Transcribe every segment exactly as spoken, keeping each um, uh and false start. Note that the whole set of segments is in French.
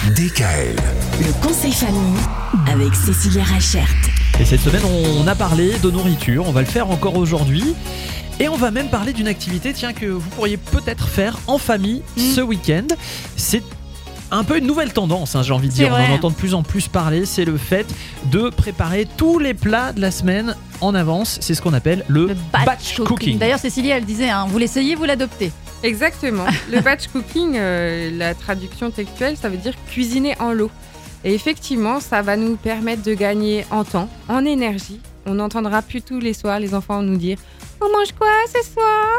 D K L. Le conseil famille avec Cécilia Rachert. Et cette semaine, on a parlé de nourriture. On va le faire encore aujourd'hui. Et on va même parler d'une activité tiens, que vous pourriez peut-être faire en famille mmh. ce week-end. C'est un peu une nouvelle tendance, hein, j'ai envie de dire. On en entend de plus en plus parler. C'est le fait de préparer tous les plats de la semaine en avance. C'est ce qu'on appelle le, le batch, batch cooking. cooking. D'ailleurs, Cécilia, elle disait, hein, vous l'essayez, vous l'adoptez. Exactement. Le batch cooking, euh, la traduction textuelle, ça veut dire cuisiner en lot. Et effectivement, ça va nous permettre de gagner en temps, en énergie. On n'entendra plus tous les soirs les enfants nous dire « On mange quoi ce soir ?»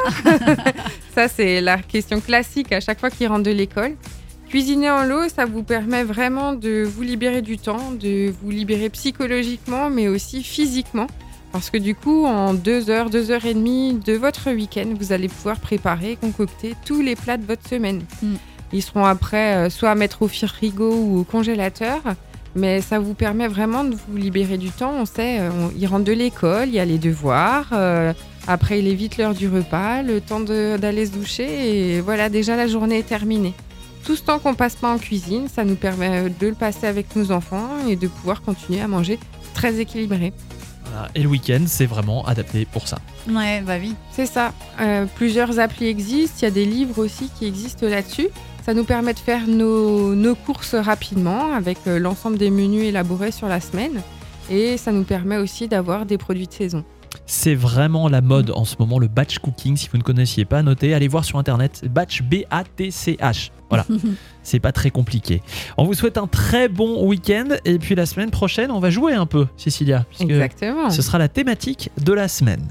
Ça, c'est la question classique à chaque fois qu'ils rentrent de l'école. Cuisiner en lot, ça vous permet vraiment de vous libérer du temps, de vous libérer psychologiquement, mais aussi physiquement. Parce que du coup, en deux heures, deux heures et demie de votre week-end, vous allez pouvoir préparer, concocter tous les plats de votre semaine. Mm. Ils seront après euh, soit à mettre au frigo ou au congélateur, mais ça vous permet vraiment de vous libérer du temps. On sait, euh, on, ils rentrent de l'école, il y a les devoirs, euh, après il est vite l'heure du repas, le temps de, d'aller se doucher et voilà, déjà la journée est terminée. Tout ce temps qu'on passe pas en cuisine, ça nous permet de le passer avec nos enfants et de pouvoir continuer à manger très équilibré. Voilà. Et le week-end, c'est vraiment adapté pour ça. Ouais, bah oui. C'est ça. Euh, plusieurs applis existent, il y a des livres aussi qui existent là-dessus. Ça nous permet de faire nos, nos courses rapidement avec euh, l'ensemble des menus élaborés sur la semaine. Et ça nous permet aussi d'avoir des produits de saison. C'est vraiment la mode en ce moment, le batch cooking. Si vous ne connaissiez pas, notez, allez voir sur internet, batch B A T C H. Voilà, c'est pas très compliqué. On vous souhaite un très bon week-end. Et puis la semaine prochaine, on va jouer un peu, Cécilia. Exactement. Ce sera la thématique de la semaine.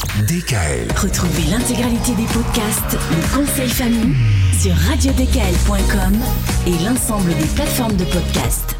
D K L. Retrouvez l'intégralité des podcasts Le Conseil Famille sur radio d k l point com et l'ensemble des plateformes de podcasts.